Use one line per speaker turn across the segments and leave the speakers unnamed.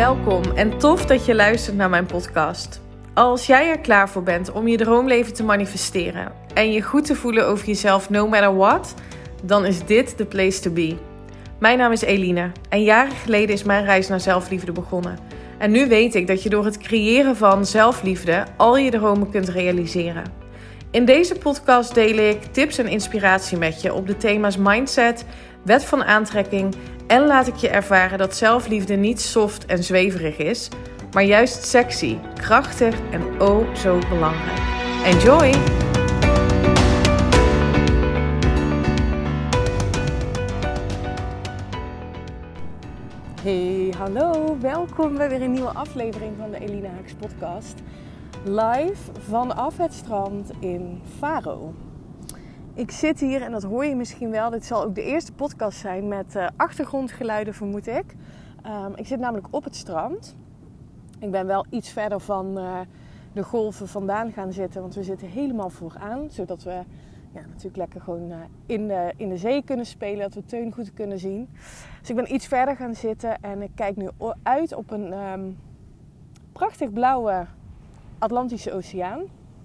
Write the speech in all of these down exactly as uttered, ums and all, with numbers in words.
Welkom en tof dat je luistert naar mijn podcast. Als jij er klaar voor bent om je droomleven te manifesteren en je goed te voelen over jezelf no matter what, dan is dit de place to be. Mijn naam is Eline en jaren geleden is mijn reis naar zelfliefde begonnen. En nu weet ik dat je door het creëren van zelfliefde al je dromen kunt realiseren. In deze podcast deel ik tips en inspiratie met je op de thema's mindset, wet van aantrekking en laat ik je ervaren dat zelfliefde niet soft en zweverig is, maar juist sexy, krachtig en oh zo belangrijk. Enjoy! Hey, hallo, welkom bij weer een nieuwe aflevering van de Eline Haaks podcast. Live vanaf het strand in Faro. Ik zit hier en dat hoor je misschien wel. Dit zal ook de eerste podcast zijn met uh, achtergrondgeluiden, vermoed ik. Um, ik zit namelijk op het strand. Ik ben wel iets verder van uh, de golven vandaan gaan zitten, want we zitten helemaal vooraan. Zodat we ja, natuurlijk lekker gewoon uh, in, de, in de zee kunnen spelen, dat we Teun goed kunnen zien. Dus ik ben iets verder gaan zitten en ik kijk nu uit op een um, prachtig blauwe Atlantische Oceaan.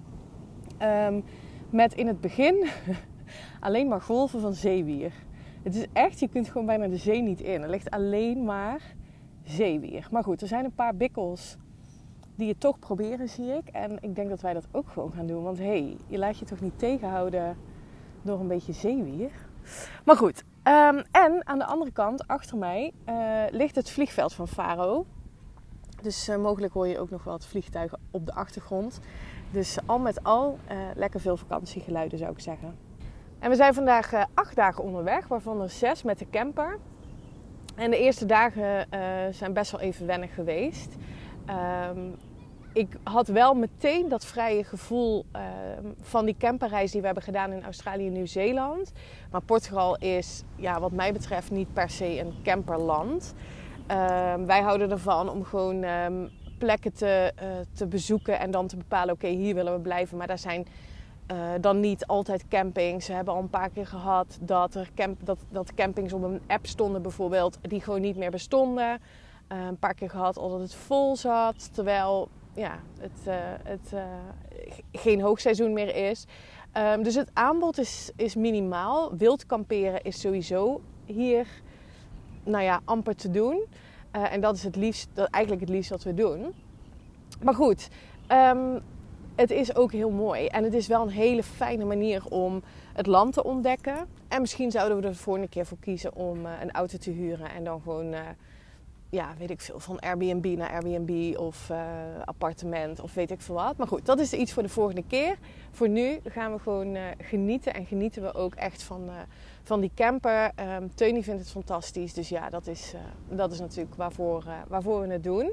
Um, met in het begin alleen maar golven van zeewier. Het is echt, je kunt gewoon bijna de zee niet in. Er ligt alleen maar zeewier. Maar goed, er zijn een paar bikkels die je toch proberen, zie ik. En ik denk dat wij dat ook gewoon gaan doen. Want hé, hey, je laat je toch niet tegenhouden door een beetje zeewier. Maar goed, um, en aan de andere kant, achter mij, uh, ligt het vliegveld van Faro. Dus uh, mogelijk hoor je ook nog wel het vliegtuigen op de achtergrond. Dus al met al uh, lekker veel vakantiegeluiden, zou ik zeggen. En we zijn vandaag uh, acht dagen onderweg, waarvan er zes met de camper. En de eerste dagen uh, zijn best wel even wennig geweest. Um, ik had wel meteen dat vrije gevoel uh, van die camperreis die we hebben gedaan in Australië en Nieuw-Zeeland. Maar Portugal is, ja, wat mij betreft, niet per se een camperland. Uh, wij houden ervan om gewoon um, plekken te, uh, te bezoeken en dan te bepalen, oké, okay, hier willen we blijven. Maar daar zijn uh, dan niet altijd campings. We hebben al een paar keer gehad dat er camp, dat, dat campings op een app stonden bijvoorbeeld, die gewoon niet meer bestonden. Uh, een paar keer gehad al dat het vol zat, terwijl ja, het, uh, het uh, geen hoogseizoen meer is. Um, dus het aanbod is, is minimaal. Wild kamperen is sowieso hier, nou ja, amper te doen. Uh, en dat is het liefst, dat, eigenlijk het liefst wat we doen. Maar goed, um, het is ook heel mooi. En het is wel een hele fijne manier om het land te ontdekken. En misschien zouden we er de volgende keer voor kiezen om uh, een auto te huren. En dan gewoon, uh, ja, weet ik veel, van Airbnb naar Airbnb of uh, appartement of weet ik veel wat. Maar goed, dat is iets voor de volgende keer. Voor nu gaan we gewoon uh, genieten. En genieten we ook echt van... Uh, Van die camper. Um, Teunie vindt het fantastisch. Dus ja, dat is, uh, dat is natuurlijk waarvoor, uh, waarvoor we het doen.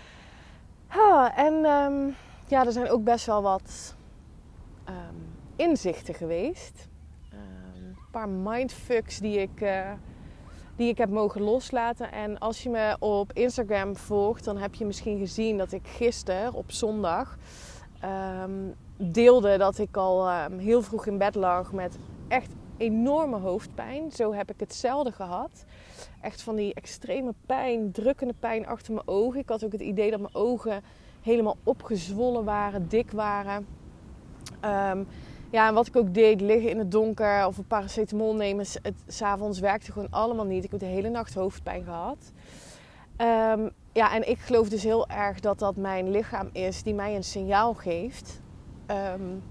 Ah, en um, ja, er zijn ook best wel wat um, inzichten geweest. Um, een paar mindfucks die ik, uh, die ik heb mogen loslaten. En als je me op Instagram volgt, dan heb je misschien gezien dat ik gisteren op zondag um, deelde dat ik al um, heel vroeg in bed lag met echt enorme hoofdpijn. Zo heb ik het zelden gehad. Echt van die extreme pijn, drukkende pijn achter mijn ogen. Ik had ook het idee dat mijn ogen helemaal opgezwollen waren, dik waren. Um, ja, en wat ik ook deed, liggen in het donker of een paracetamol nemen, het 's avonds werkte gewoon allemaal niet. Ik heb de hele nacht hoofdpijn gehad. Um, ja, en ik geloof dus heel erg dat dat mijn lichaam is die mij een signaal geeft. Um,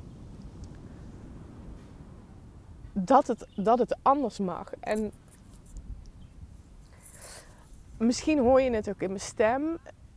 Dat het, dat het anders mag. En misschien hoor je het ook in mijn stem.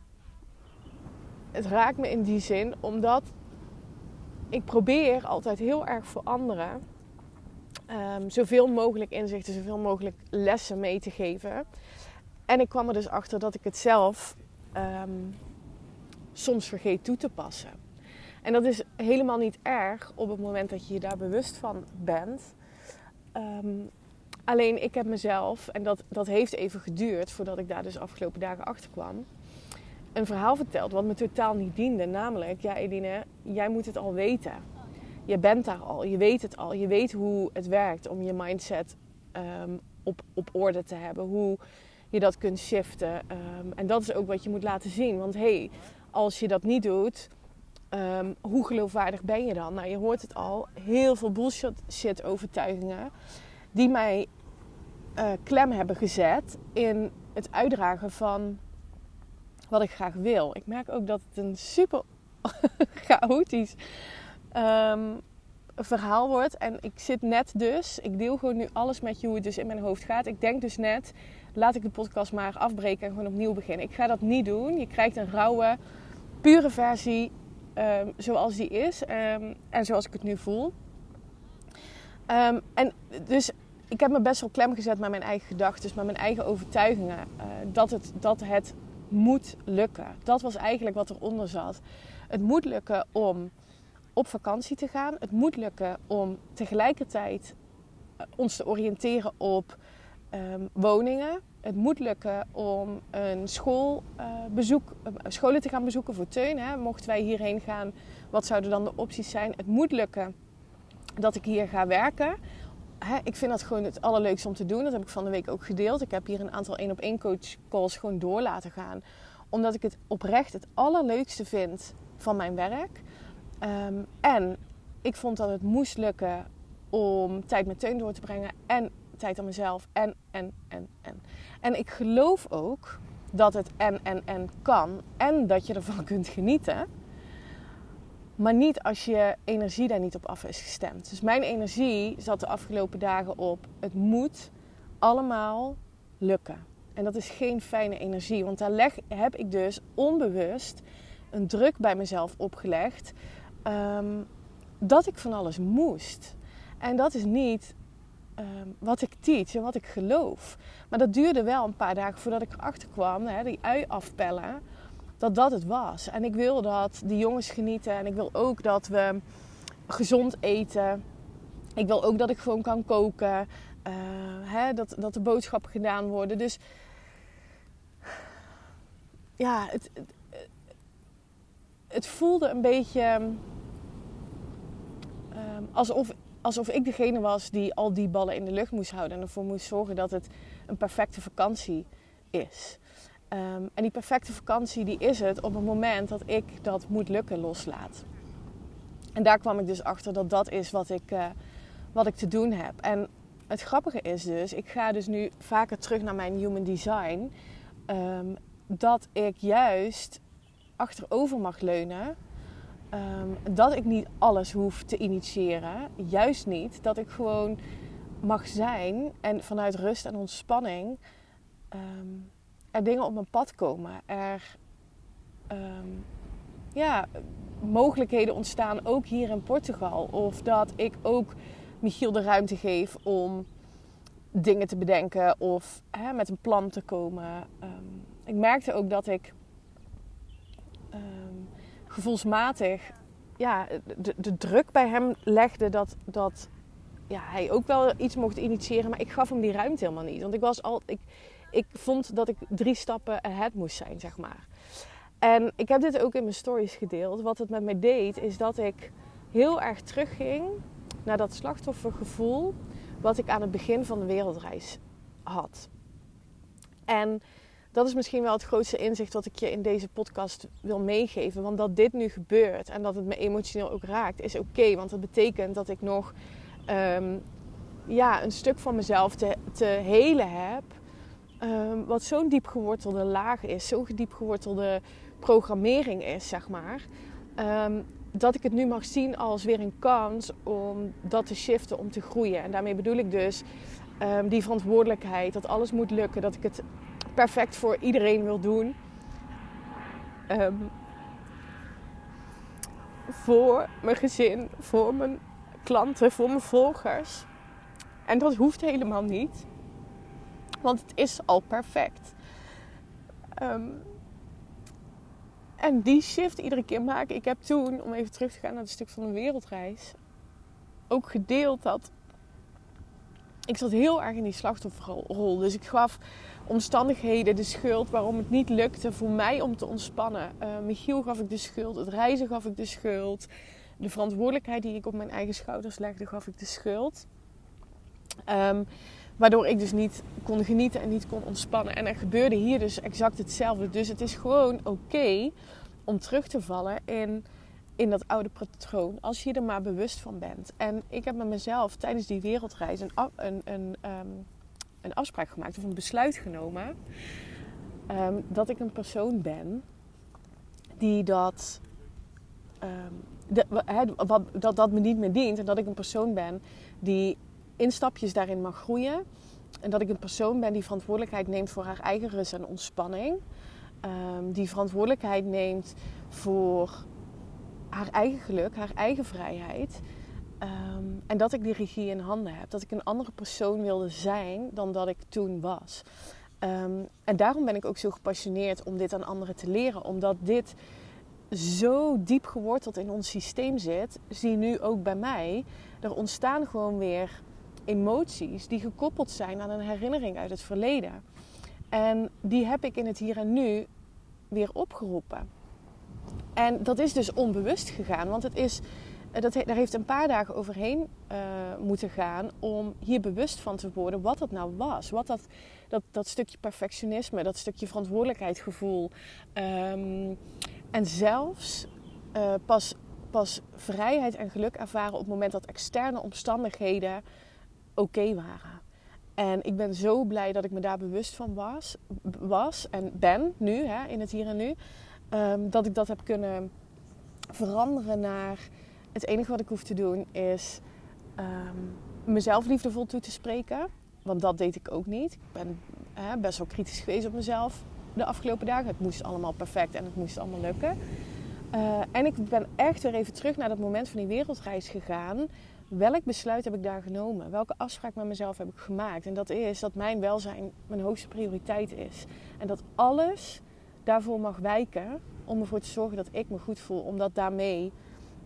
Het raakt me in die zin, omdat ik probeer altijd heel erg voor anderen um, zoveel mogelijk inzichten, zoveel mogelijk lessen mee te geven. En ik kwam er dus achter dat ik het zelf um, soms vergeet toe te passen. En dat is helemaal niet erg op het moment dat je je daar bewust van bent. Um, alleen ik heb mezelf, en dat, dat heeft even geduurd voordat ik daar dus afgelopen dagen achter kwam, een verhaal verteld wat me totaal niet diende. Namelijk, ja Eline, jij moet het al weten. Je bent daar al, je weet het al. Je weet hoe het werkt om je mindset um, op, op orde te hebben. Hoe je dat kunt shiften. Um, en dat is ook wat je moet laten zien. Want hé, hey, als je dat niet doet, um, hoe geloofwaardig ben je dan? Nou, je hoort het al. Heel veel bullshit overtuigingen die mij uh, klem hebben gezet in het uitdragen van wat ik graag wil. Ik merk ook dat het een super chaotisch um, verhaal wordt. En ik zit net dus, ik deel gewoon nu alles met je hoe het dus in mijn hoofd gaat. Ik denk dus net, laat ik de podcast maar afbreken en gewoon opnieuw beginnen. Ik ga dat niet doen. Je krijgt een rauwe, pure versie um, zoals die is. Um, en zoals ik het nu voel. Um, en dus ik heb me best wel klem gezet met mijn eigen gedachten, met mijn eigen overtuigingen. Uh, dat, het, dat het moet lukken. Dat was eigenlijk wat eronder zat. Het moet lukken om op vakantie te gaan. Het moet lukken om tegelijkertijd ons te oriënteren op um, woningen. Het moet lukken om een schoolbezoek, uh, scholen te gaan bezoeken voor Teun. Hè. Mochten wij hierheen gaan, wat zouden dan de opties zijn? Het moet lukken dat ik hier ga werken. Hè, ik vind dat gewoon het allerleukste om te doen. Dat heb ik van de week ook gedeeld. Ik heb hier een aantal één op één coach calls gewoon door laten gaan. Omdat ik het oprecht het allerleukste vind van mijn werk. Um, en ik vond dat het moest lukken om tijd met Teun door te brengen. En tijd aan mezelf. En, en, en, en. En ik geloof ook dat het en, en, en kan. En dat je ervan kunt genieten. Maar niet als je energie daar niet op af is gestemd. Dus mijn energie zat de afgelopen dagen op. Het moet allemaal lukken. En dat is geen fijne energie. Want daar leg, heb ik dus onbewust een druk bij mezelf opgelegd. Um, dat ik van alles moest. En dat is niet um, wat ik teach en wat ik geloof. Maar dat duurde wel een paar dagen voordat ik erachter kwam. Hè, die ui afpellen. Dat dat het was. En ik wil dat die jongens genieten. En ik wil ook dat we gezond eten. Ik wil ook dat ik gewoon kan koken. Uh, hè, dat, dat de boodschappen gedaan worden. Dus ja, het, het, het voelde een beetje um, alsof, alsof ik degene was die al die ballen in de lucht moest houden. En ervoor moest zorgen dat het een perfecte vakantie is. Um, en die perfecte vakantie die is het op het moment dat ik dat moet lukken loslaat. En daar kwam ik dus achter dat dat is wat ik, uh, wat ik te doen heb. En het grappige is dus, ik ga dus nu vaker terug naar mijn human design. Um, dat ik juist achterover mag leunen. Um, dat ik niet alles hoef te initiëren. Juist niet. Dat ik gewoon mag zijn en vanuit rust en ontspanning um, er dingen op mijn pad komen. Er um, ja, mogelijkheden ontstaan, ook hier in Portugal. Of dat ik ook Michiel de ruimte geef om dingen te bedenken of hè, met een plan te komen. Um, ik merkte ook dat ik um, gevoelsmatig ja, de, de druk bij hem legde dat, dat ja, hij ook wel iets mocht initiëren. Maar ik gaf hem die ruimte helemaal niet. Want ik, was al, ik, ik vond dat ik drie stappen ahead moest zijn, zeg maar. En ik heb dit ook in mijn stories gedeeld. Wat het met mij deed, is dat ik heel erg terugging naar dat slachtoffergevoel wat ik aan het begin van de wereldreis had. En dat is misschien wel het grootste inzicht wat ik je in deze podcast wil meegeven. Want dat dit nu gebeurt en dat het me emotioneel ook raakt, is oké. Okay, want dat betekent dat ik nog um, ja, een stuk van mezelf te, te helen heb. Um, wat zo'n diep gewortelde laag is. Zo'n diep gewortelde programmering is, zeg maar. Um, dat ik het nu mag zien als weer een kans om dat te shiften, om te groeien. En daarmee bedoel ik dus um, die verantwoordelijkheid. Dat alles moet lukken. Dat ik het perfect voor iedereen wil doen. Um, voor mijn gezin, voor mijn klanten, voor mijn volgers. En dat hoeft helemaal niet. Want het is al perfect. Um, en die shift iedere keer maken. Ik heb toen, om even terug te gaan naar het stuk van de wereldreis, ook gedeeld dat ik zat heel erg in die slachtofferrol. Dus ik gaf omstandigheden de schuld waarom het niet lukte voor mij om te ontspannen. Uh, Michiel gaf ik de schuld, het reizen gaf ik de schuld. De verantwoordelijkheid die ik op mijn eigen schouders legde, gaf ik de schuld. Um, waardoor ik dus niet kon genieten en niet kon ontspannen. En er gebeurde hier dus exact hetzelfde. Dus het is gewoon oké okay om terug te vallen in, in dat oude patroon. Als je er maar bewust van bent. En ik heb met mezelf tijdens die wereldreis een, een, een, um, een afspraak gemaakt. Of een besluit genomen. Um, dat ik een persoon ben die dat... Um, de, he, wat, dat dat me niet meer dient. En dat ik een persoon ben die in stapjes daarin mag groeien. En dat ik een persoon ben die verantwoordelijkheid neemt voor haar eigen rust en ontspanning. Um, die verantwoordelijkheid neemt voor haar eigen geluk, haar eigen vrijheid. Um, en dat ik die regie in handen heb. Dat ik een andere persoon wilde zijn dan dat ik toen was. Um, en daarom ben ik ook zo gepassioneerd om dit aan anderen te leren. Omdat dit zo diep geworteld in ons systeem zit. Zie nu ook bij mij. Er ontstaan gewoon weer emoties die gekoppeld zijn aan een herinnering uit het verleden. En die heb ik in het hier en nu weer opgeroepen. En dat is dus onbewust gegaan. Want het is, dat, daar heeft een paar dagen overheen uh, moeten gaan om hier bewust van te worden wat dat nou was. Wat dat, dat, dat stukje perfectionisme, dat stukje verantwoordelijkheidsgevoel. Um, en zelfs uh, pas, pas vrijheid en geluk ervaren op het moment dat externe omstandigheden oké okay waren. En ik ben zo blij dat ik me daar bewust van was, was en ben nu, hè, in het hier en nu. Um, dat ik dat heb kunnen veranderen naar... Het enige wat ik hoef te doen is um, mezelf liefdevol toe te spreken. Want dat deed ik ook niet. Ik ben hè, best wel kritisch geweest op mezelf de afgelopen dagen. Het moest allemaal perfect en het moest allemaal lukken. Uh, en ik ben echt weer even terug naar dat moment van die wereldreis gegaan. Welk besluit heb ik daar genomen? Welke afspraak met mezelf heb ik gemaakt? En dat is dat mijn welzijn mijn hoogste prioriteit is. En dat alles daarvoor mag wijken om ervoor te zorgen dat ik me goed voel. Omdat daarmee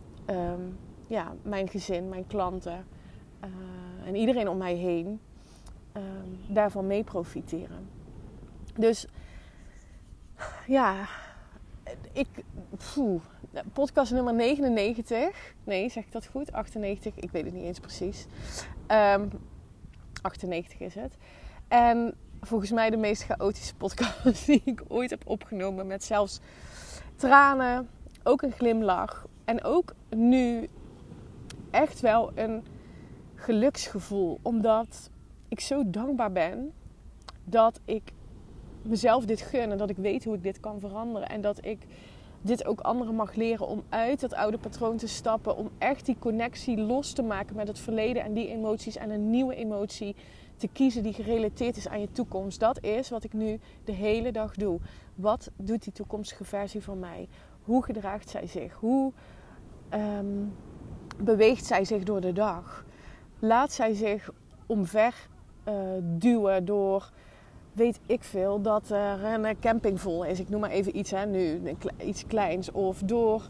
um, ja, mijn gezin, mijn klanten uh, en iedereen om mij heen um, daarvan mee profiteren. Dus ja, ik... Pfoe, podcast nummer negenennegentig. Nee, zeg ik dat goed? achtennegentig. Ik weet het niet eens precies. Um, achtennegentig is het. En volgens mij de meest chaotische podcast die ik ooit heb opgenomen. Met zelfs tranen. Ook een glimlach. En ook nu echt wel een geluksgevoel. Omdat ik zo dankbaar ben dat ik mezelf dit gun. En dat ik weet hoe ik dit kan veranderen. En dat ik dit ook anderen mag leren om uit dat oude patroon te stappen. Om echt die connectie los te maken met het verleden en die emoties. En een nieuwe emotie te kiezen die gerelateerd is aan je toekomst. Dat is wat ik nu de hele dag doe. Wat doet die toekomstige versie van mij? Hoe gedraagt zij zich? Hoe um, beweegt zij zich door de dag? Laat zij zich omver uh, duwen door... weet ik veel, dat er een camping vol is. Ik noem maar even iets, hè, nu, iets kleins. Of door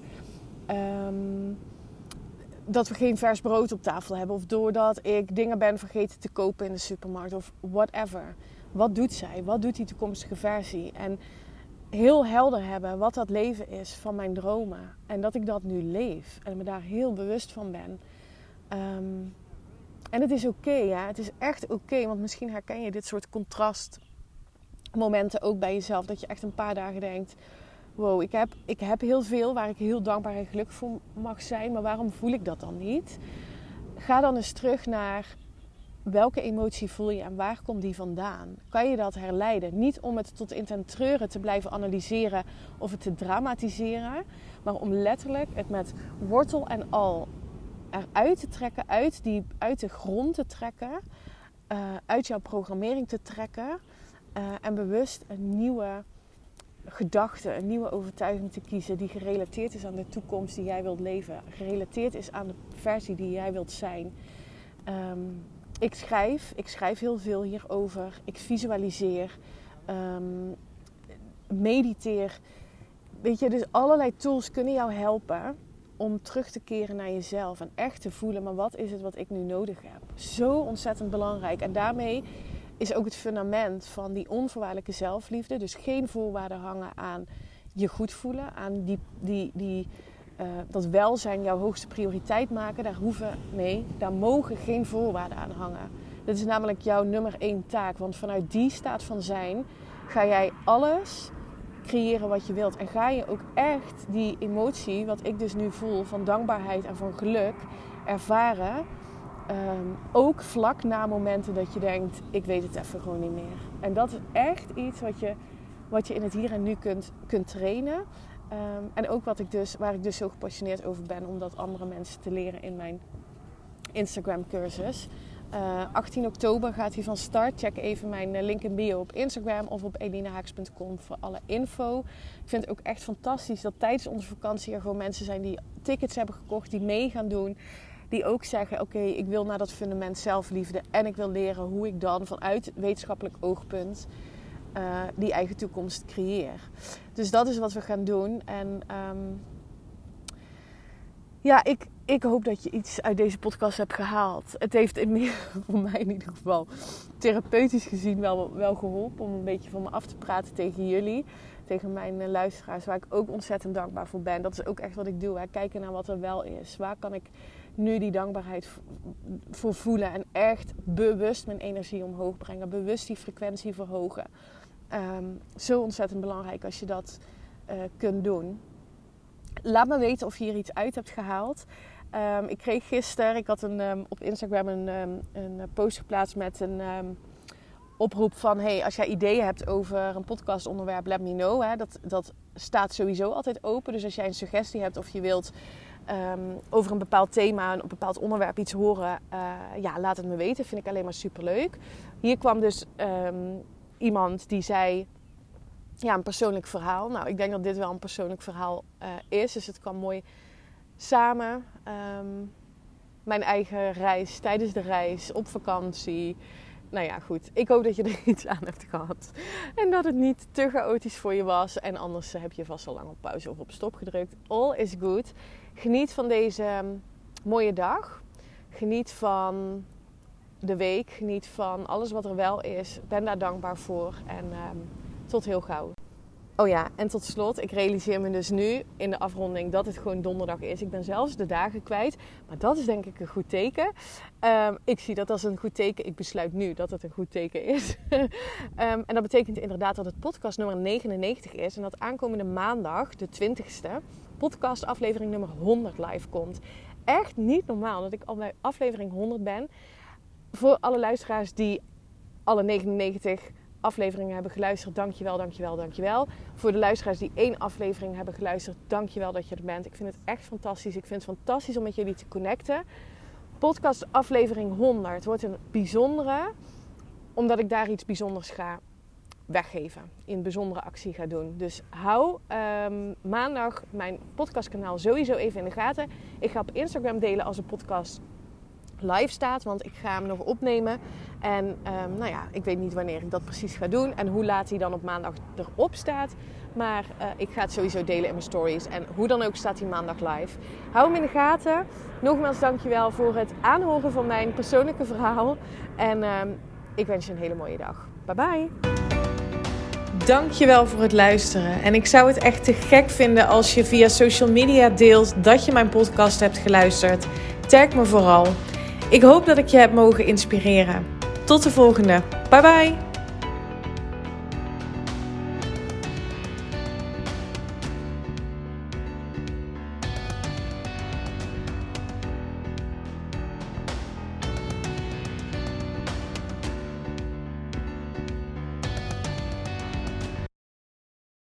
um, dat we geen vers brood op tafel hebben. Of doordat ik dingen ben vergeten te kopen in de supermarkt. Of whatever. Wat doet zij? Wat doet die toekomstige versie? En heel helder hebben wat dat leven is van mijn dromen. En dat ik dat nu leef. En me daar heel bewust van ben. Um, en het is oké, okay, ja. Het is echt oké. Okay, want misschien herken je dit soort contrast... momenten ook bij jezelf. Dat je echt een paar dagen denkt... wow, ik heb, ik heb heel veel waar ik heel dankbaar en gelukkig voor mag zijn. Maar waarom voel ik dat dan niet? Ga dan eens terug naar... welke emotie voel je en waar komt die vandaan? Kan je dat herleiden? Niet om het tot in ten treuren te blijven analyseren... of het te dramatiseren. Maar om letterlijk het met wortel en al... eruit te trekken. Uit, die, uit de grond te trekken. Uh, uit jouw programmering te trekken... Uh, en bewust een nieuwe gedachte, een nieuwe overtuiging te kiezen die gerelateerd is aan de toekomst die jij wilt leven. Gerelateerd is aan de versie die jij wilt zijn. Um, ik schrijf, ik schrijf heel veel hierover. Ik visualiseer, um, mediteer. Weet je, dus allerlei tools kunnen jou helpen om terug te keren naar jezelf. En echt te voelen, maar wat is het wat ik nu nodig heb? Zo ontzettend belangrijk. En daarmee... is ook het fundament van die onvoorwaardelijke zelfliefde. Dus geen voorwaarden hangen aan je goed voelen. Aan die, die, die, uh, dat welzijn jouw hoogste prioriteit maken. Daar hoeven, nee, daar mogen geen voorwaarden aan hangen. Dit is namelijk jouw nummer één taak. Want vanuit die staat van zijn ga jij alles creëren wat je wilt. En ga je ook echt die emotie, wat ik dus nu voel, van dankbaarheid en van geluk ervaren. Um, ook vlak na momenten dat je denkt, ik weet het even gewoon niet meer. En dat is echt iets wat je, wat je in het hier en nu kunt, kunt trainen. Um, en ook wat ik dus, waar ik dus zo gepassioneerd over ben, om dat andere mensen te leren in mijn Instagram cursus. Uh, achttien oktober gaat hij van start. Check even mijn link in bio op Instagram of op elinahaaks punt com voor alle info. Ik vind het ook echt fantastisch dat tijdens onze vakantie er gewoon mensen zijn die tickets hebben gekocht, die mee gaan doen. Die ook zeggen, oké, okay, ik wil naar dat fundament zelfliefde en ik wil leren hoe ik dan vanuit wetenschappelijk oogpunt uh, die eigen toekomst creëer. Dus dat is wat we gaan doen. En um, ja, ik, ik hoop dat je iets uit deze podcast hebt gehaald. Het heeft in, voor mij in ieder geval therapeutisch gezien wel, wel geholpen om een beetje van me af te praten tegen jullie. Tegen mijn luisteraars, waar ik ook ontzettend dankbaar voor ben. Dat is ook echt wat ik doe. Hè. Kijken naar wat er wel is. Waar kan ik nu die dankbaarheid voor voelen. En echt bewust mijn energie omhoog brengen. Bewust die frequentie verhogen. Um, zo ontzettend belangrijk als je dat uh, kunt doen. Laat me weten of je hier iets uit hebt gehaald. Um, ik kreeg gisteren, ik had een, um, op Instagram een, um, een post geplaatst met een um, oproep van... Hey, als jij ideeën hebt over een podcastonderwerp, let me know. Hè. Dat, dat staat sowieso altijd open. Dus als jij een suggestie hebt of je wilt um, over een bepaald thema, een bepaald onderwerp iets horen... Uh, ja, laat het me weten. Vind ik alleen maar superleuk. Hier kwam dus um, iemand die zei... Ja, een persoonlijk verhaal. Nou, ik denk dat dit wel een persoonlijk verhaal uh, is. Dus het kwam mooi samen. Um, mijn eigen reis, tijdens de reis, op vakantie. Nou ja, goed. Ik hoop dat je er iets aan hebt gehad. En dat het niet te chaotisch voor je was. En anders heb je vast al lang op pauze of op stop gedrukt. All is good. Geniet van deze um, mooie dag. Geniet van de week. Geniet van alles wat er wel is. Ben daar dankbaar voor. En... Um, Tot heel gauw. Oh ja, en tot slot, ik realiseer me dus nu in de afronding dat het gewoon donderdag is. Ik ben zelfs de dagen kwijt, maar dat is denk ik een goed teken. Um, ik zie dat als een goed teken. Ik besluit nu dat het een goed teken is. um, en dat betekent inderdaad dat het podcast nummer negenennegentig is. En dat aankomende maandag, de twintigste, podcast aflevering nummer honderd live komt. Echt niet normaal dat ik al bij aflevering honderd ben. Voor alle luisteraars die alle negenennegentig... afleveringen hebben geluisterd, dankjewel, dankjewel, dankjewel. Voor de luisteraars die één aflevering hebben geluisterd, dankjewel dat je er bent. Ik vind het echt fantastisch. Ik vind het fantastisch om met jullie te connecten. Podcast aflevering honderd wordt een bijzondere, omdat ik daar iets bijzonders ga weggeven. Een bijzondere actie ga doen. Dus hou um, maandag mijn podcastkanaal sowieso even in de gaten. Ik ga op Instagram delen als een podcast live staat, want ik ga hem nog opnemen. En um, nou ja, ik weet niet wanneer ik dat precies ga doen en hoe laat hij dan op maandag erop staat. Maar uh, ik ga het sowieso delen in mijn stories. En hoe dan ook staat hij maandag live. Hou hem in de gaten. Nogmaals dankjewel voor het aanhoren van mijn persoonlijke verhaal. En um, ik wens je een hele mooie dag. Bye bye. Dankjewel voor het luisteren. En ik zou het echt te gek vinden als je via social media deelt dat je mijn podcast hebt geluisterd. Tag me vooral. Ik hoop dat ik je heb mogen inspireren. Tot de volgende. Bye bye.